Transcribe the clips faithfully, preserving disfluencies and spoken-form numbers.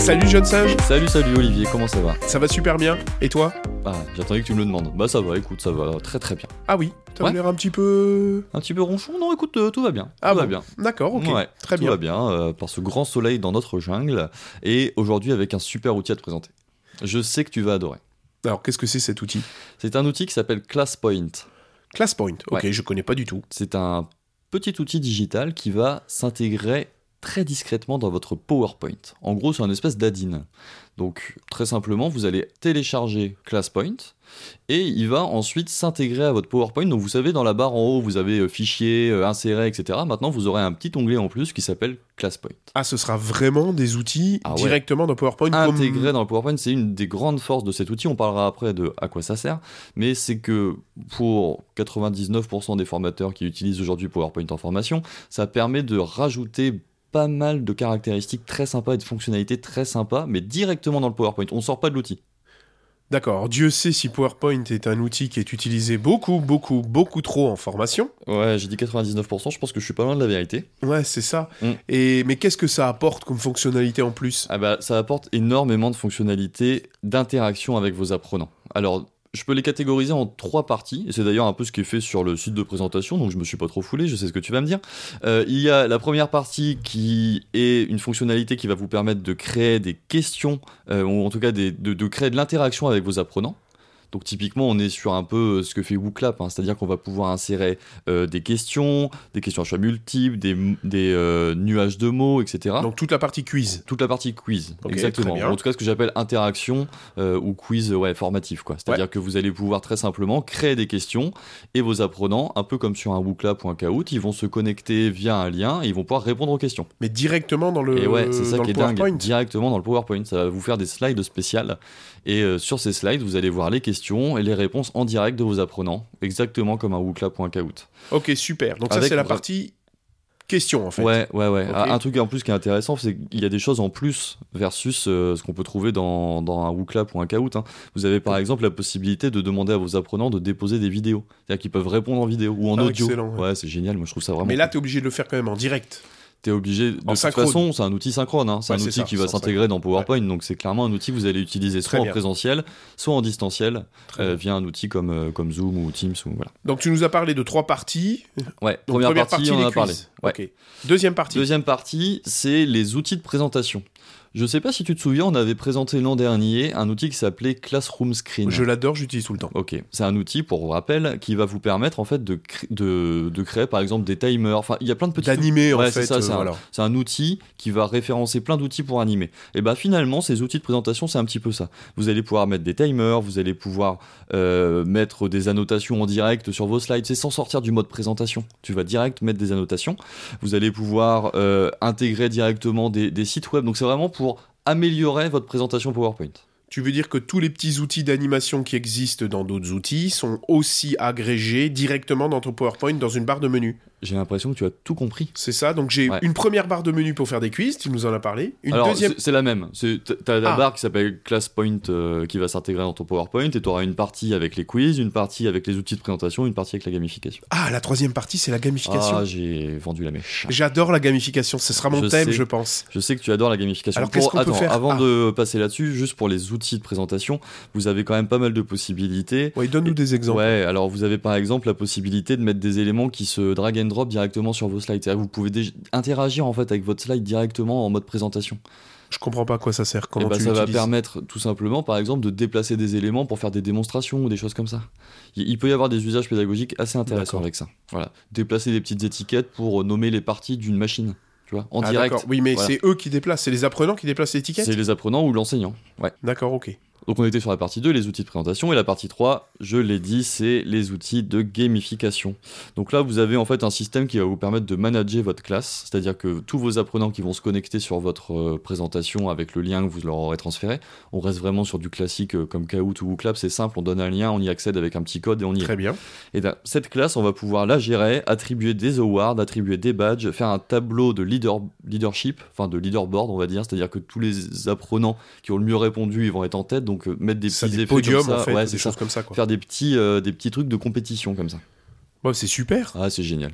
Salut jeune sage. Salut, salut Olivier, comment ça va? Ça va super bien. Et toi? Ah, j'attendais que tu me le demandes. Bah ça va, écoute, ça va très très bien. Ah oui, t'as Ouais. l'air un petit peu... Un petit peu ronchon? Non, écoute, euh, tout va bien. Ah tout bon, va bien. d'accord, ok. Ouais, Très tout bien. va bien, euh, par ce grand soleil dans notre jungle, et aujourd'hui avec un super outil à te présenter. Je sais que tu vas adorer. Alors, qu'est-ce que c'est cet outil? C'est un outil qui s'appelle ClassPoint. ClassPoint, ok, Ouais. je connais pas du tout. C'est un petit outil digital qui va s'intégrer très discrètement dans votre PowerPoint. En gros, c'est un espèce d'add-in. Donc, très simplement, vous allez télécharger ClassPoint et il va ensuite s'intégrer à votre PowerPoint. Donc, vous savez, dans la barre en haut, vous avez euh, fichier, euh, insérer, et cetera. Maintenant, vous aurez un petit onglet en plus qui s'appelle ClassPoint. Ah, ce sera vraiment des outils Ah ouais. directement dans PowerPoint comme... Intégré dans le PowerPoint, c'est une des grandes forces de cet outil. On parlera après de à quoi ça sert, mais c'est que pour quatre-vingt-dix-neuf pour cent des formateurs qui utilisent aujourd'hui PowerPoint en formation, ça permet de rajouter pas mal de caractéristiques très sympas et de fonctionnalités très sympas, mais directement dans le PowerPoint. On sort pas de l'outil. D'accord, Dieu sait si PowerPoint est un outil qui est utilisé beaucoup, beaucoup, beaucoup trop en formation. Ouais, j'ai dit quatre-vingt-dix-neuf pour cent, je pense que je suis pas loin de la vérité. Ouais, c'est ça. Mm. Et mais qu'est-ce que ça apporte comme fonctionnalité en plus? Ah bah, ça apporte énormément de fonctionnalités d'interaction avec vos apprenants. Alors, je peux les catégoriser en trois parties, et c'est d'ailleurs un peu ce qui est fait sur le site de présentation, donc je me suis pas trop foulé, je sais ce que tu vas me dire. Euh, il y a la première partie qui est une fonctionnalité qui va vous permettre de créer des questions, euh, ou en tout cas des- de, de créer de l'interaction avec vos apprenants. Donc typiquement, on est sur un peu ce que fait WooClap, hein, c'est-à-dire qu'on va pouvoir insérer euh, des questions, des questions à choix multiples, des, des euh, nuages de mots, et cetera. Donc toute la partie quiz. Toute la partie quiz, Ok, exactement. très bien. En tout cas, ce que j'appelle interaction euh, ou quiz ouais, formatif, quoi. C'est-à-dire Ouais. que vous allez pouvoir très simplement créer des questions et vos apprenants, un peu comme sur un WooClap ou un Kahoot, ils vont se connecter via un lien et ils vont pouvoir répondre aux questions. Mais directement dans le, et ouais, c'est ça dans qui le est dingue. PowerPoint. Directement dans le PowerPoint, ça va vous faire des slides spéciales. Et euh, sur ces slides, vous allez voir les questions et les réponses en direct de vos apprenants, exactement comme un WooClap ou un Kahoot. Ok, super. Donc ça, Avec c'est la vra- partie question, en fait. Ouais, ouais, ouais. Ok. Un truc en plus qui est intéressant, c'est qu'il y a des choses en plus versus euh, ce qu'on peut trouver dans, dans un WooClap ou un Kahoot. Hein. Vous avez par exemple la possibilité de demander à vos apprenants de déposer des vidéos. C'est-à-dire qu'ils peuvent répondre en vidéo ou en Ah, audio. excellent, ouais. Ouais, c'est génial, moi je trouve ça vraiment Mais là, cool. t'es obligé de le faire quand même en direct. T'es obligé, de en toute synchrone. façon, c'est un outil synchrone. Hein. C'est Ouais, un c'est outil ça, qui va c'est en s'intégrer dans PowerPoint, donc c'est clairement un outil que vous allez utiliser Très soit en bien. présentiel, soit en distanciel, Très euh, bien. via un outil comme, euh, comme Zoom ou Teams. Ou, voilà. Donc tu nous as parlé de trois parties. Ouais, Donc, première, partie, on en les a parlé. quiz. Ouais. Ok. Deuxième partie. Deuxième partie, c'est les outils de présentation. Je sais pas si tu te souviens, on avait présenté l'an dernier un outil qui s'appelait Classroom Screen. Je l'adore, j'utilise tout le temps. Ok, c'est un outil, pour rappel, qui va vous permettre en fait de, cré- de, de créer par exemple des timers. Enfin, il y a plein de petits. D'animer, en Ouais, fait. c'est ça, euh, c'est un- voilà. C'est un outil qui va référencer plein d'outils pour animer. Et bah finalement, ces outils de présentation, c'est un petit peu ça. Vous allez pouvoir mettre des timers, vous allez pouvoir euh, mettre des annotations en direct sur vos slides. C'est sans sortir du mode présentation. Tu vas direct mettre des annotations. Vous allez pouvoir euh, intégrer directement des, des sites web. Donc c'est vraiment pour améliorer votre présentation PowerPoint. Tu veux dire que tous les petits outils d'animation qui existent dans d'autres outils sont aussi agrégés directement dans ton PowerPoint dans une barre de menu. J'ai l'impression que tu as tout compris. C'est ça, donc j'ai Ouais. une première barre de menu pour faire des quiz, tu nous en as parlé. Une Alors, deuxième... c'est- c'est la même. C'est- T'as la Ah. barre qui s'appelle ClassPoint euh, qui va s'intégrer dans ton PowerPoint et t'auras une partie avec les quiz, une partie avec les outils de présentation, une partie avec la gamification. Ah, la troisième partie, c'est la gamification. Ah, j'ai vendu la mèche. J'adore la gamification, ce sera mon Je thème, sais. je pense. Je sais que tu adores la gamification. Alors, qu'est-ce qu'on peut Attends, faire avant Ah. de passer là-dessus, juste pour les outils de présentation, vous avez quand même pas mal de possibilités. Ouais, donne-nous des exemples. Ouais, alors vous avez par exemple la possibilité de mettre des éléments qui se drag and drop directement sur vos slides. C'est-à-dire que vous pouvez dé- interagir en fait avec votre slide directement en mode présentation. Je comprends pas à quoi ça sert, Et comment bah, tu ça va l'utilises. permettre tout simplement, par exemple, de déplacer des éléments pour faire des démonstrations ou des choses comme ça. Il, il peut y avoir des usages pédagogiques assez intéressants D'accord. avec ça. Voilà, déplacer des petites étiquettes pour euh, nommer les parties d'une machine, tu vois, en Ah, direct. d'accord. Oui, mais Voilà. c'est eux qui déplacent, c'est les apprenants qui déplacent l'étiquette. C'est les apprenants ou l'enseignant. Ouais. D'accord, ok. Donc on était sur la partie deux, les outils de présentation, et la partie trois, je l'ai dit, c'est les outils de gamification. Donc là, vous avez en fait un système qui va vous permettre de manager votre classe, c'est-à-dire que tous vos apprenants qui vont se connecter sur votre euh, présentation avec le lien que vous leur aurez transféré, on reste vraiment sur du classique euh, comme Kahoot ou WooClap, c'est simple, on donne un lien, on y accède avec un petit code et on y est. Très bien. Et ben, cette classe, on va pouvoir la gérer, attribuer des awards, attribuer des badges, faire un tableau de leader, leadership, enfin de leaderboard, on va dire, c'est-à-dire que tous les apprenants qui ont le mieux répondu, ils vont être en tête, donc euh, mettre des Ça, petits des effets podiums, comme ça, en fait, ouais, ou c'est des ça. choses comme ça, quoi. Faire des petits, euh, des petits trucs de compétition comme ça. Ouais, c'est super. Ah, c'est génial.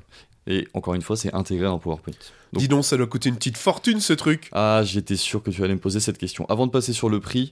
Et encore une fois, c'est intégré dans PowerPoint. Donc, dis donc, ça doit coûter une petite fortune ce truc. Ah, j'étais sûr que tu allais me poser cette question. Avant de passer sur le prix,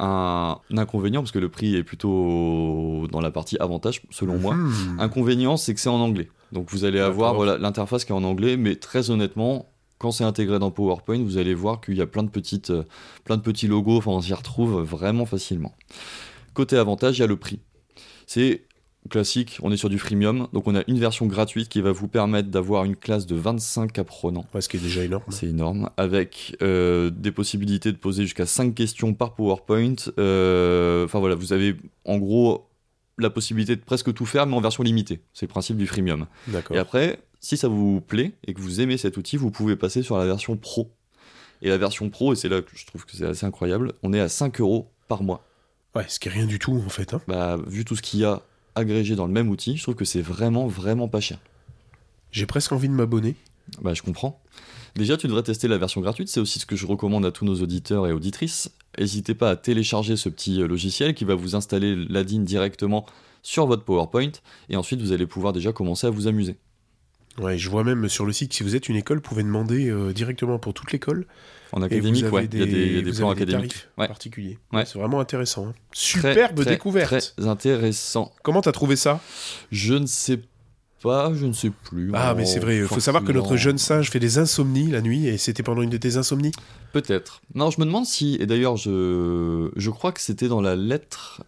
un inconvénient, parce que le prix est plutôt dans la partie avantage, selon moi. Mmh. Inconvénient, c'est que c'est en anglais. Donc vous allez avoir voilà, l'interface qui est en anglais, mais très honnêtement, quand c'est intégré dans PowerPoint, vous allez voir qu'il y a plein de, petites, euh, plein de petits logos, enfin on s'y retrouve vraiment facilement. Côté avantage, il y a le prix. C'est classique, on est sur du freemium, donc on a une version gratuite qui va vous permettre d'avoir une classe de vingt-cinq apprenants. Ouais, ce qui est déjà énorme. C'est énorme, avec euh, des possibilités de poser jusqu'à cinq questions par PowerPoint. Euh, enfin voilà, vous avez en gros la possibilité de presque tout faire, mais en version limitée. C'est le principe du freemium. D'accord. Et après, si ça vous plaît et que vous aimez cet outil, vous pouvez passer sur la version pro. Et la version pro, et c'est là que je trouve que c'est assez incroyable, on est à cinq euros par mois. Ouais, ce qui est rien du tout en fait. Hein. Bah, vu tout ce qu'il y a agrégé dans le même outil, je trouve que c'est vraiment, vraiment pas cher. J'ai presque envie de m'abonner. Bah, je comprends. Déjà, tu devrais tester la version gratuite, c'est aussi ce que je recommande à tous nos auditeurs et auditrices. N'hésitez pas à télécharger ce petit logiciel qui va vous installer l'A D I N directement sur votre PowerPoint, et ensuite vous allez pouvoir déjà commencer à vous amuser. Ouais, je vois même sur le site, si vous êtes une école, vous pouvez demander euh, directement pour toute l'école. En académique, ouais, des, il y a des, il y a des vous plans avez des académiques. tarifs Ouais. particuliers. Ouais. C'est vraiment intéressant. Hein. Très, Superbe très, découverte. Très intéressant. Comment t'as trouvé ça? Je ne sais pas, je ne sais plus. Ah, mais c'est vrai, il faut savoir que notre jeune singe fait des insomnies la nuit, et c'était pendant une de tes insomnies? Peut-être. Non, je me demande si, et d'ailleurs, je, je crois que c'était dans la lettre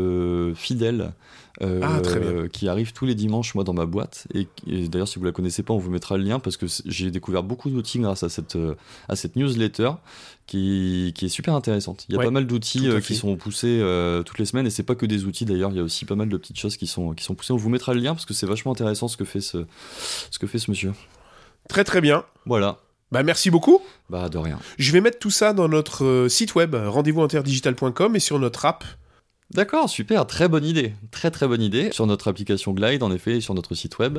de Fidèle, euh, ah, très bien. qui arrive tous les dimanches, moi, dans ma boîte. Et, et d'ailleurs, si vous la connaissez pas, on vous mettra le lien, parce que j'ai découvert beaucoup d'outils grâce à cette, à cette newsletter, qui, qui est super intéressante. Il y a ouais, pas mal d'outils euh, qui sont poussés euh, toutes les semaines, et c'est pas que des outils d'ailleurs, il y a aussi pas mal de petites choses qui sont, qui sont poussées. On vous mettra le lien, parce que c'est vachement intéressant ce que fait ce, ce que fait ce monsieur. Très très bien. Voilà. Bah merci beaucoup. Bah de rien. Je vais mettre tout ça dans notre euh, site web rendez-vous interdigital point com et sur notre app. D'accord, super, très bonne idée, très très bonne idée. Sur notre application Glide, en effet, et sur notre site web,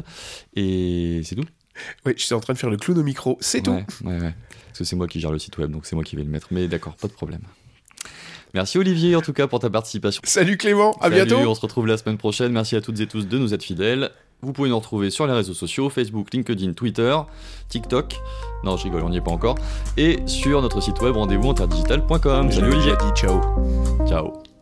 et c'est tout. Oui, je suis en train de faire le clown au micro, c'est ouais, tout. Ouais, ouais, parce que c'est moi qui gère le site web, donc c'est moi qui vais le mettre, mais d'accord, pas de problème. Merci Olivier, en tout cas, pour ta participation. Salut Clément, à Salut, bientôt. On se retrouve la semaine prochaine, merci à toutes et tous de nous être fidèles. Vous pouvez nous retrouver sur les réseaux sociaux, Facebook, LinkedIn, Twitter, TikTok, non je rigole, on n'y est pas encore, et sur notre site web rendez-vous interdigital point com. Salut Olivier. Ciao. Ciao.